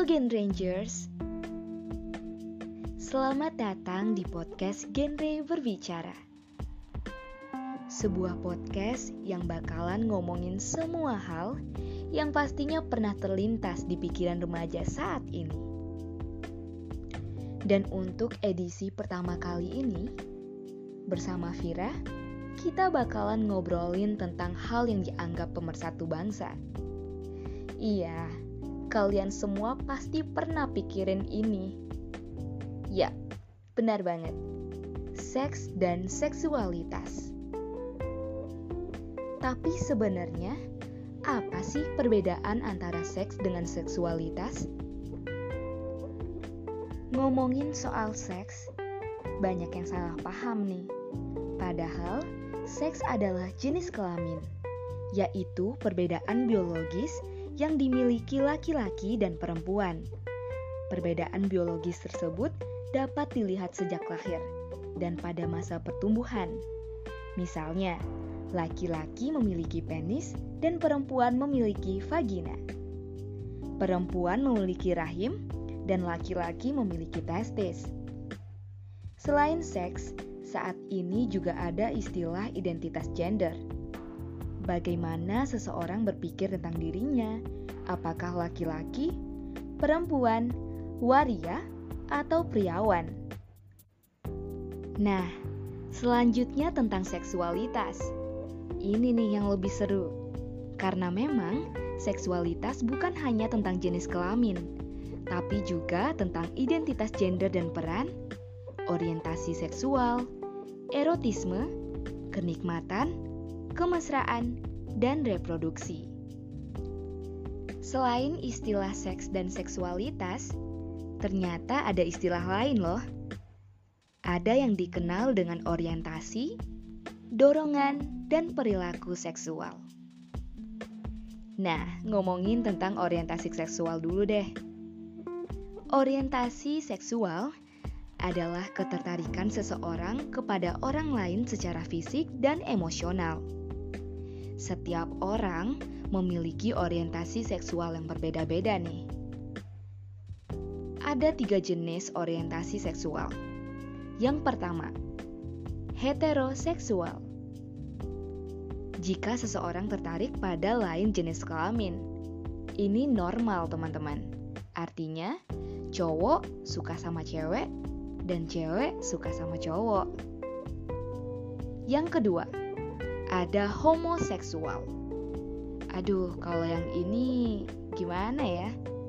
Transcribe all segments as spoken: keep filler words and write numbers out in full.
Halo Gen Rangers, selamat datang di podcast Genre Berbicara. Sebuah podcast yang bakalan ngomongin semua hal yang pastinya pernah terlintas di pikiran remaja saat ini. Dan untuk edisi pertama kali ini, bersama Vira, kita bakalan ngobrolin tentang hal yang dianggap pemersatu bangsa. Iya, kalian semua pasti pernah pikirin ini. Ya, benar banget. Seks dan seksualitas. Tapi sebenarnya, apa sih perbedaan antara seks dengan seksualitas? Ngomongin soal seks, banyak yang salah paham nih. Padahal, seks adalah jenis kelamin, yaitu perbedaan biologis yang dimiliki laki-laki dan perempuan. Perbedaan biologis tersebut dapat dilihat sejak lahir dan pada masa pertumbuhan. Misalnya, laki-laki memiliki penis dan perempuan memiliki vagina. Perempuan memiliki rahim dan laki-laki memiliki testis. Selain seks, saat ini juga ada istilah identitas gender. Bagaimana seseorang berpikir tentang dirinya, apakah laki-laki, perempuan, waria, atau priawan. Nah, selanjutnya tentang seksualitas. Ini nih yang lebih seru, karena memang seksualitas bukan hanya tentang jenis kelamin, tapi juga tentang identitas gender dan peran, orientasi seksual, erotisme, kenikmatan, kemesraan, dan reproduksi. Selain istilah seks dan seksualitas, ternyata ada istilah lain loh. Ada yang dikenal dengan orientasi, dorongan, dan perilaku seksual. Nah, ngomongin tentang orientasi seksual dulu deh. Orientasi seksual adalah ketertarikan seseorang kepada orang lain secara fisik dan emosional. Setiap orang memiliki orientasi seksual yang berbeda-beda nih. Ada tiga jenis orientasi seksual. Yang pertama, heteroseksual. Jika seseorang tertarik pada lain jenis kelamin, ini normal teman-teman. Artinya, cowok suka sama cewek dan cewek suka sama cowok. Yang kedua, ada homoseksual. Aduh, kalau yang ini gimana ya?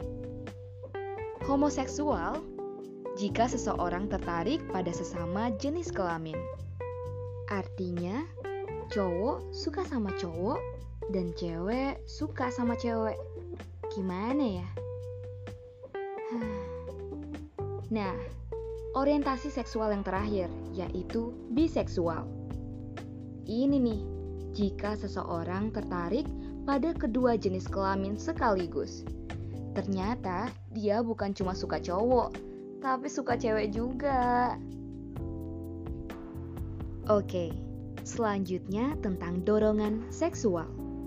Homoseksual jika seseorang tertarik pada sesama jenis kelamin. Artinya, cowok suka sama cowok dan cewek suka sama cewek. Gimana ya? Nah, orientasi seksual yang terakhir yaitu biseksual. Ini nih, jika seseorang tertarik pada kedua jenis kelamin sekaligus. Ternyata dia bukan cuma suka cowok, tapi suka cewek juga. Oke, selanjutnya tentang dorongan seksual.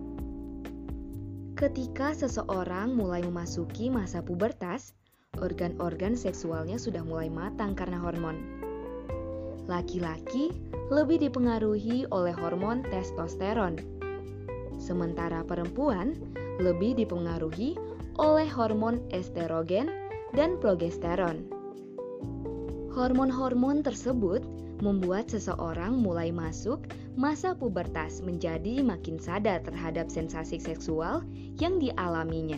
Ketika seseorang mulai memasuki masa pubertas, organ-organ seksualnya sudah mulai matang karena hormon. Laki-laki lebih dipengaruhi oleh hormon testosteron, sementara perempuan lebih dipengaruhi oleh hormon estrogen dan progesteron. Hormon-hormon tersebut membuat seseorang mulai masuk masa pubertas menjadi makin sadar terhadap sensasi seksual yang dialaminya.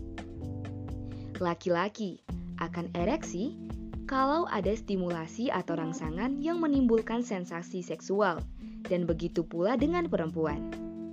Laki-laki akan ereksi kalau ada stimulasi atau rangsangan yang menimbulkan sensasi seksual, dan begitu pula dengan perempuan.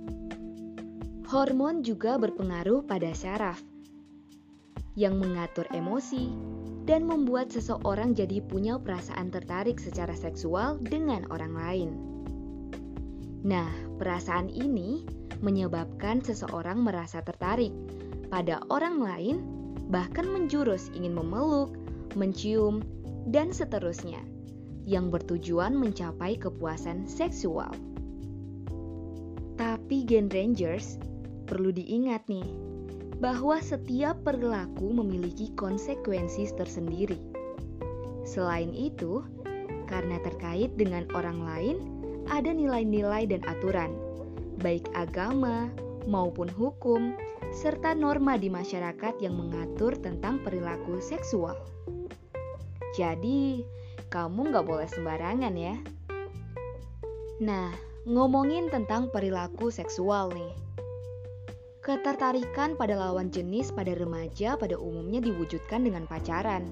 Hormon juga berpengaruh pada syaraf, yang mengatur emosi dan membuat seseorang jadi punya perasaan tertarik secara seksual dengan orang lain. Nah, perasaan ini menyebabkan seseorang merasa tertarik pada orang lain, bahkan menjurus ingin memeluk, mencium, dan seterusnya, yang bertujuan mencapai kepuasan seksual. Tapi Gen Rangers, perlu diingat nih, bahwa setiap perilaku memiliki konsekuensi tersendiri. Selain itu, karena terkait dengan orang lain, ada nilai-nilai dan aturan, baik agama maupun hukum, serta norma di masyarakat yang mengatur tentang perilaku seksual. Jadi, kamu nggak boleh sembarangan ya. Nah, ngomongin tentang perilaku seksual nih. Ketertarikan pada lawan jenis pada remaja pada umumnya diwujudkan dengan pacaran.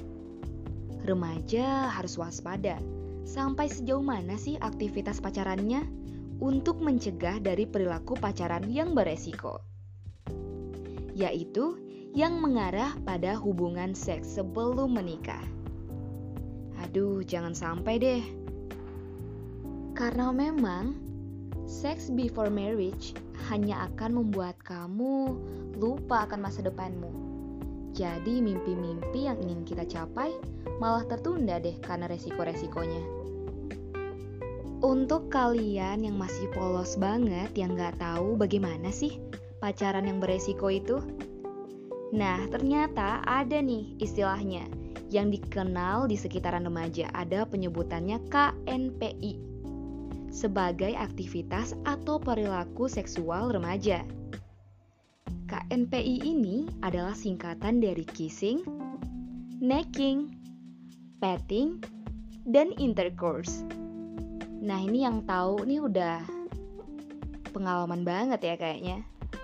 Remaja harus waspada, sampai sejauh mana sih aktivitas pacarannya untuk mencegah dari perilaku pacaran yang beresiko, yaitu yang mengarah pada hubungan seks sebelum menikah. Aduh, jangan sampai deh. Karena memang sex before marriage hanya akan membuat kamu lupa akan masa depanmu. Jadi mimpi-mimpi yang ingin kita capai malah tertunda deh karena resiko-resikonya. Untuk kalian yang masih polos banget, yang gak tahu bagaimana sih pacaran yang beresiko itu, nah ternyata ada nih istilahnya yang dikenal di sekitaran remaja, ada penyebutannya K N P I sebagai aktivitas atau perilaku seksual remaja. K N P I ini adalah singkatan dari kissing, necking, petting, dan intercourse. Nah ini yang tahu nih udah pengalaman banget ya kayaknya.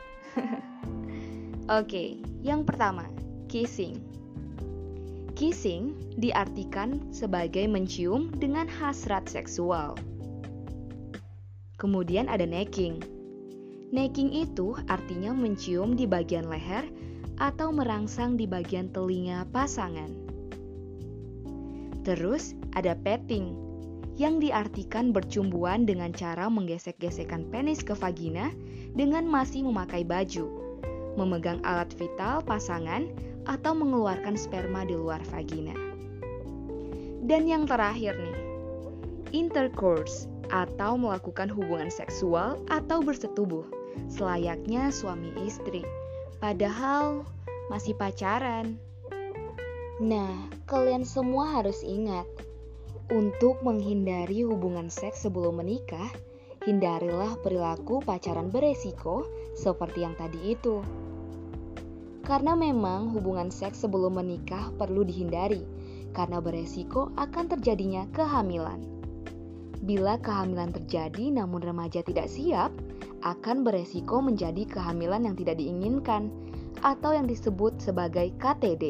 Oke, yang pertama, kissing. Kissing diartikan sebagai mencium dengan hasrat seksual. Kemudian ada necking. Necking itu artinya mencium di bagian leher atau merangsang di bagian telinga pasangan. Terus ada petting, yang diartikan bercumbuan dengan cara menggesek-gesekkan penis ke vagina dengan masih memakai baju, memegang alat vital pasangan, atau mengeluarkan sperma di luar vagina. Dan yang terakhir nih, intercourse, atau melakukan hubungan seksual atau bersetubuh selayaknya suami istri, padahal masih pacaran. Nah, kalian semua harus ingat, untuk menghindari hubungan seks sebelum menikah, hindarilah perilaku pacaran beresiko seperti yang tadi itu. Karena memang hubungan seks sebelum menikah perlu dihindari, karena beresiko akan terjadinya kehamilan. Bila kehamilan terjadi namun remaja tidak siap, akan beresiko menjadi kehamilan yang tidak diinginkan atau yang disebut sebagai K T D.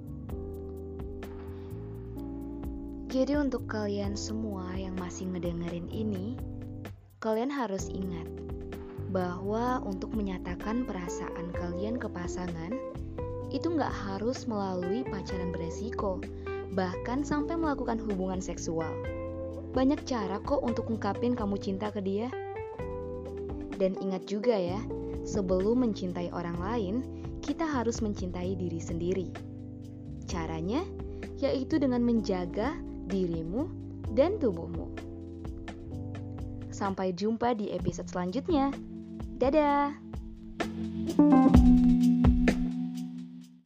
Jadi untuk kalian semua yang masih ngedengerin ini, kalian harus ingat bahwa untuk menyatakan perasaan kalian ke pasangan itu nggak harus melalui pacaran beresiko, bahkan sampai melakukan hubungan seksual. Banyak cara kok untuk ngungkapin kamu cinta ke dia. Dan ingat juga ya, sebelum mencintai orang lain, kita harus mencintai diri sendiri. Caranya yaitu dengan menjaga dirimu dan tubuhmu. Sampai jumpa di episode selanjutnya. Dadah!